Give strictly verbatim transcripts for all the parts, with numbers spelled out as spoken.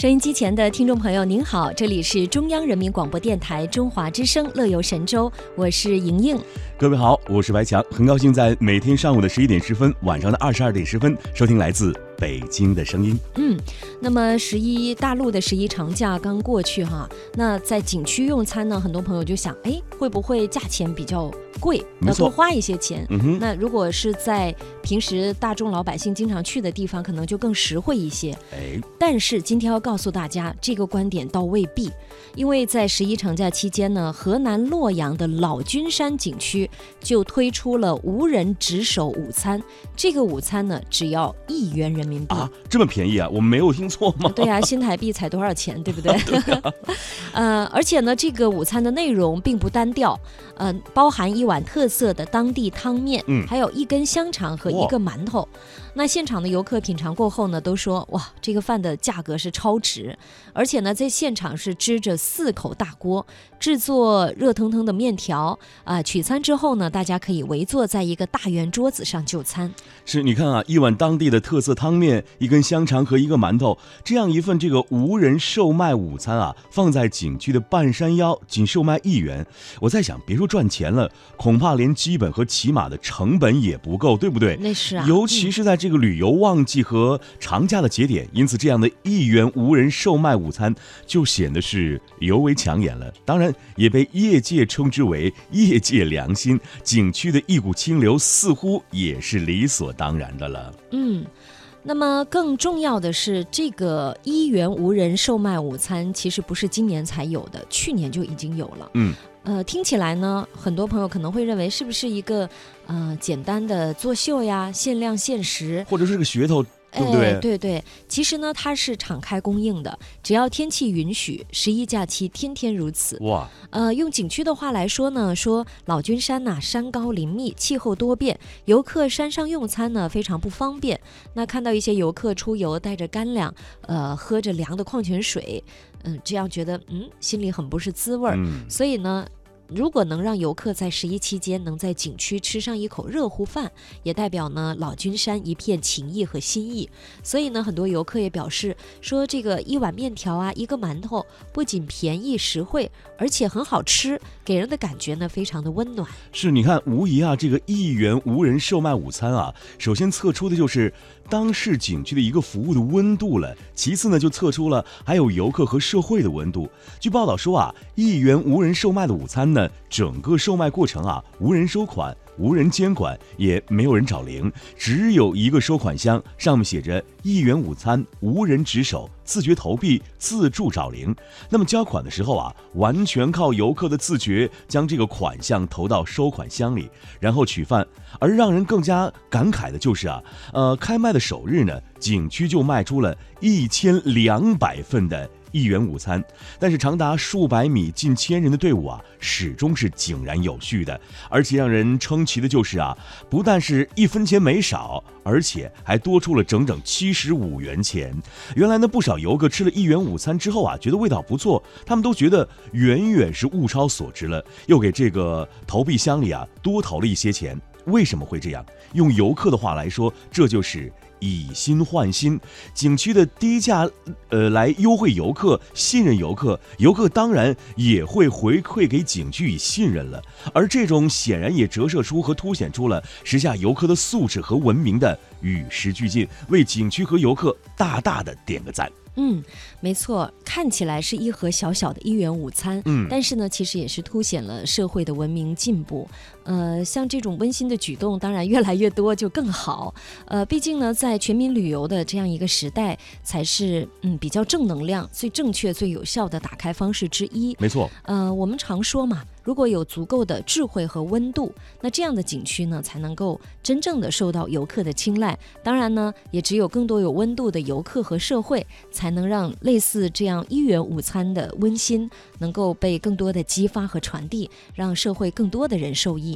收音机前的听众朋友您好，这里是中央人民广播电台中华之声乐游神州，我是莹莹。 各位好，我是白强，很高兴在每天上午的十一点十分，晚上的二十二点十分收听来自北京的声音。 嗯，那么十一大陆的十一长假刚过去哈，那在景区用餐呢，很多朋友就想，哎，会不会价钱比较贵，要多花一些钱？ 嗯哼， 那如果是在平时大众老百姓经常去的地方，可能就更实惠一些。 哎， 但是今天要告诉大家，这个观点倒未必，因为在十一长假期间呢，河南洛阳的老君山景区就推出了无人值守午餐，这个午餐呢只要一元人民币啊，这么便宜啊？我没有听错吗？ 对啊，新台币才多少钱，对不对？对啊、呃，而且呢，这个午餐的内容并不单调，呃，包含一碗特色的当地汤面， 嗯， 还有一根香肠和一个馒头。那现场的游客品尝过后呢，都说哇，这个饭的价格是超值，而且呢，在现场是支着四口大锅，制作热腾腾的面条啊、呃。取餐之后呢，大家可以围坐在一个大圆桌子上就餐。 是，你看啊，一碗当地的特色汤面，一根香肠和一个馒头，这样一份这个无人售卖午餐啊，放在景区的半山腰，仅售卖一元。我在想，别说赚钱了，恐怕连基本和起码的成本也不够，对不对？ 那是啊， 尤其是在这个旅游旺季和长假的节点，因此这样的一元无人售卖午餐就显得是尤为抢眼了。当然，也被业界称之为业界良心，景区的一股清流似乎也是理所当然的了。 嗯。那么更重要的是，这个一元无人售卖午餐其实不是今年才有的，去年就已经有了。 嗯， 呃，听起来呢，很多朋友可能会认为是不是一个呃简单的作秀呀，限量限时， 或者是个噱头。对不对？ 哎，对对，其实呢，它是敞开供应的，只要天气允许，十一假期天天如此。 哇， 呃，用景区的话来说呢，说老君山呐、啊，山高林密，气候多变，游客山上用餐呢非常不方便。那看到一些游客出游带着干粮，呃，喝着凉的矿泉水，嗯、呃，这样觉得嗯心里很不是滋味儿。 嗯， 所以呢。如果能让游客在十一期间能在景区吃上一口热乎饭，也代表呢老君山一片情谊和心意。所以呢，很多游客也表示说，这个一碗面条啊，一个馒头，不仅便宜实惠，而且很好吃，给人的感觉呢非常的温暖。 是，你看，无疑啊，这个一元无人售卖午餐啊，首先测出的就是当市景区的一个服务的温度了，其次呢就测出了还有游客和社会的温度。据报道说啊，一元无人售卖的午餐呢，整个售卖过程啊，无人收款，无人监管，也没有人找零，只有一个收款箱，上面写着一元午餐无人值守，自觉投币，自助找零。那么交款的时候啊，完全靠游客的自觉，将这个款项投到收款箱里，然后取饭。而让人更加感慨的就是啊，呃，开卖的首日呢，景区就卖出了一千两百份的一元午餐，但是长达数百米、近千人的队伍啊，始终是井然有序的。而且让人称奇的就是啊，不但是一分钱没少，而且还多出了整整七十五元钱。原来呢，不少游客吃了一元午餐之后啊，觉得味道不错，他们都觉得远远是物超所值了，又给这个投币箱里啊多投了一些钱。为什么会这样？用游客的话来说，这就是以心换心，景区的低价，呃，来优惠游客，信任游客，游客当然也会回馈给景区以信任了。而这种显然也折射出和凸显出了时下游客的素质和文明的与时俱进，为景区和游客大大的点个赞。 嗯，没错，看起来是一盒小小的一元午餐， 嗯， 但是呢，其实也是凸显了社会的文明进步。呃，像这种温馨的举动，当然越来越多就更好。呃，毕竟呢，在全民旅游的这样一个时代，才是嗯比较正能量、最正确、最有效的打开方式之一。 没错。 呃，我们常说嘛，如果有足够的智慧和温度，那这样的景区呢，才能够真正的受到游客的青睐。当然呢，也只有更多有温度的游客和社会，才能让类似这样一元午餐的温馨能够被更多的激发和传递，让社会更多的人受益。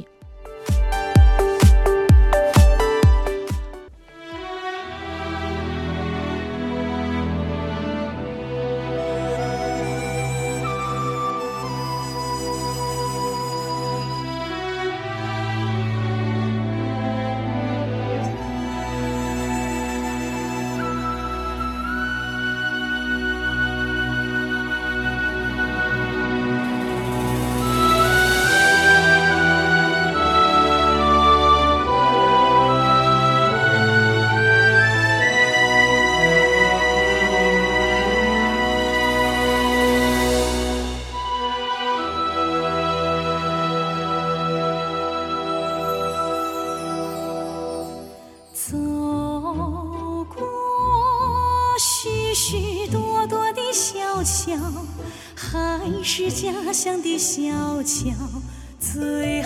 许多多的小桥，还是家乡的小桥最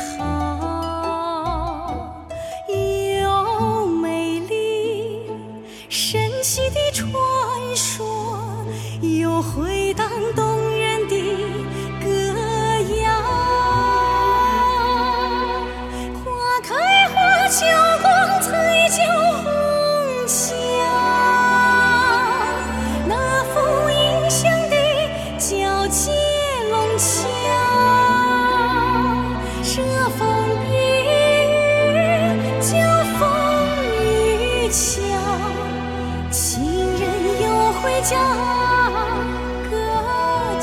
好。有美丽神奇的传说，有回荡动人的歌谣。花开花秋光彩就虹桥，那副印象的皎洁龙桥，这风雨就风雨桥，情人又回家隔桥。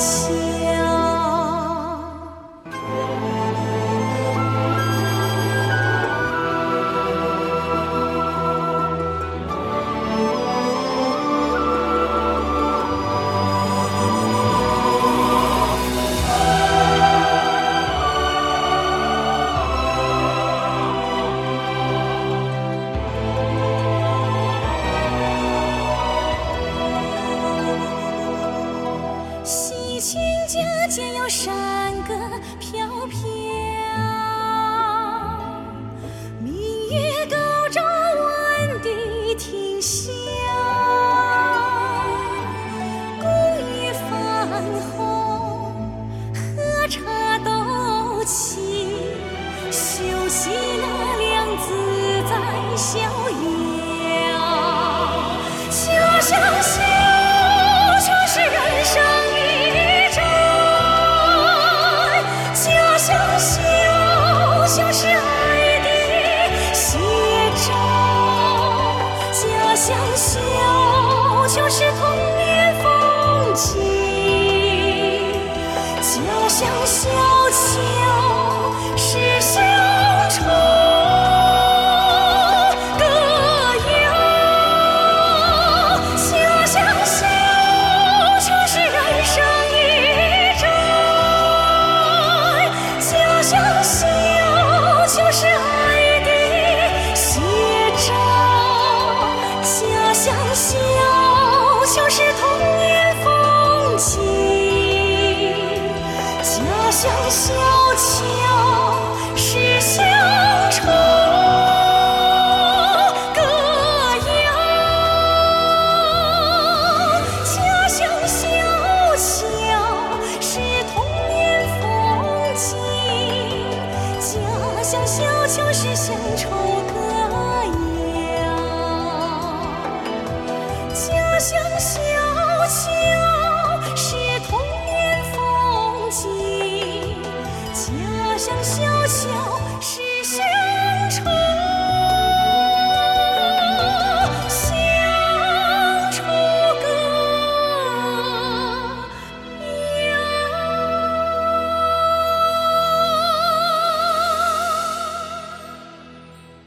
西秦家间有山歌飘飘，